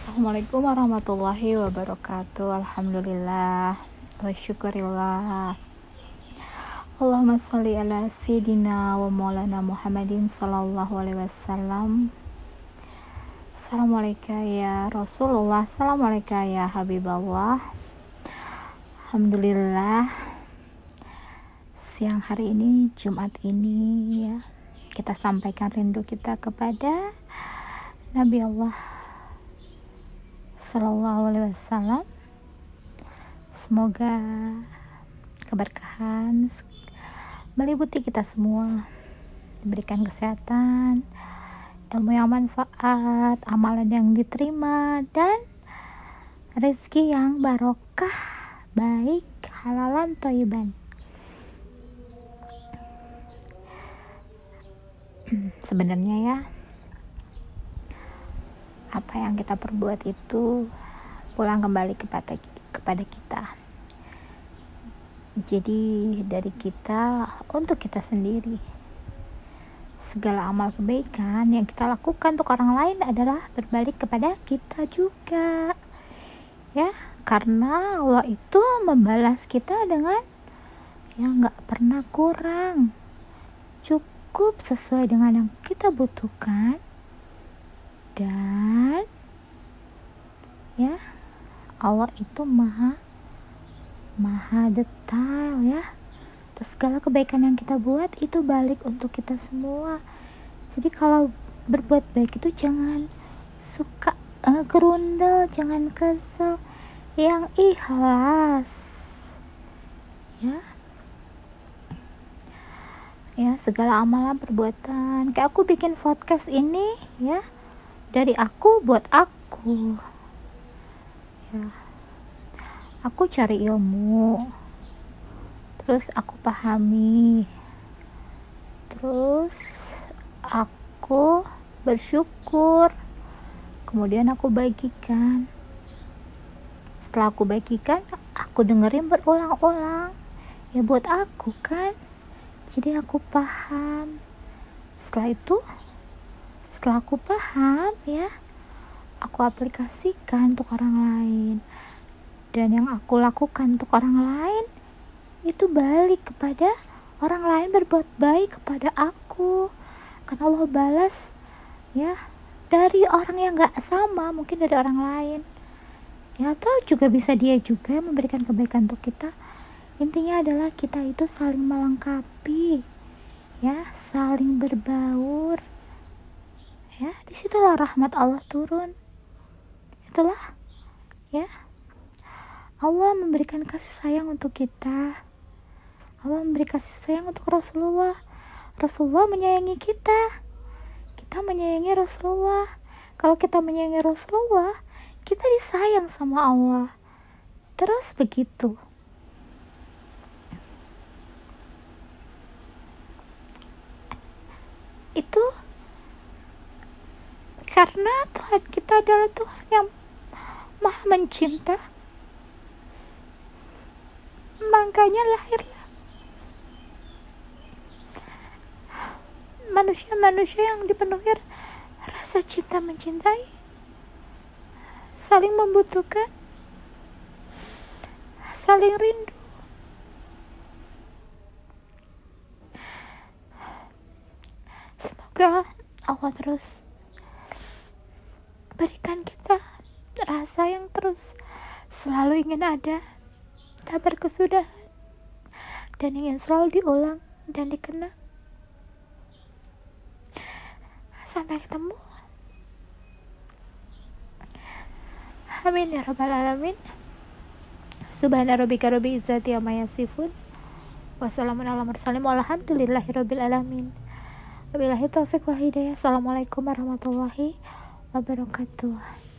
Assalamualaikum warahmatullahi wabarakatuh. Alhamdulillah wa syukurillah. Allahumma sholli ala sayyidina wa maulana Muhammadin sallallahu alaihi wasallam. Assalamualaikum ya Rasulullah, assalamualaikum ya Habiballah. Alhamdulillah, siang hari ini, Jumat ini ya, kita sampaikan rindu kita kepada Nabi Allah Sallallahu alaihi wasallam. Semoga keberkahan meliputi kita semua, diberikan kesehatan, ilmu yang manfaat, amalan yang diterima, dan rezeki yang barokah, baik, halalan, thayyiban. Sebenarnya ya, apa yang kita perbuat itu pulang kembali kepada kita. Jadi dari kita untuk kita sendiri. Segala amal kebaikan yang kita lakukan untuk orang lain adalah berbalik kepada kita juga. Ya, karena Allah itu membalas kita dengan yang gak pernah kurang. Cukup sesuai dengan yang kita butuhkan. Dan ya, Allah itu maha detail ya. Terus segala kebaikan yang kita buat itu balik untuk kita semua. Jadi kalau berbuat baik itu jangan suka gerundel, jangan kesel, yang ikhlas ya, segala amalan perbuatan. Kayak aku bikin podcast ini ya, dari aku buat aku ya. Aku cari ilmu, terus aku pahami, terus aku bersyukur, kemudian aku bagikan. Setelah aku bagikan, aku dengerin berulang-ulang ya, buat aku kan. Jadi aku paham. Setelah aku paham ya, aku aplikasikan untuk orang lain. Dan yang aku lakukan untuk orang lain itu balik kepada orang lain, berbuat baik kepada aku. Karena Allah balas ya dari orang yang gak sama, mungkin dari orang lain ya, atau juga bisa dia juga memberikan kebaikan untuk kita. Intinya adalah kita itu saling melengkapi ya, saling berbaur ya. Disitulah rahmat Allah turun. Itulah ya, Allah memberikan kasih sayang untuk kita. Allah memberi kasih sayang untuk Rasulullah. Rasulullah menyayangi kita, kita menyayangi Rasulullah. Kalau kita menyayangi Rasulullah, kita disayang sama Allah. Terus begitu. Itu karena Tuhan kita adalah Tuhan yang maha mencinta, makanya lahirlah manusia-manusia yang dipenuhi rasa cinta mencintai, saling membutuhkan, saling rindu. Semoga Allah terus berikan kita rasa yang terus selalu ingin ada, tak berkesudahan, dan ingin selalu diulang dan dikenang. Sampai ketemu. Amin ya rabbal alamin. Subhana rabbika rabbil izzati amma yasifun. Wassalamun ala mursalin walhamdulillahi rabbil alamin. Wabillahi taufiq wal hidayah. Assalamualaikum warahmatullahi wabarakatuh.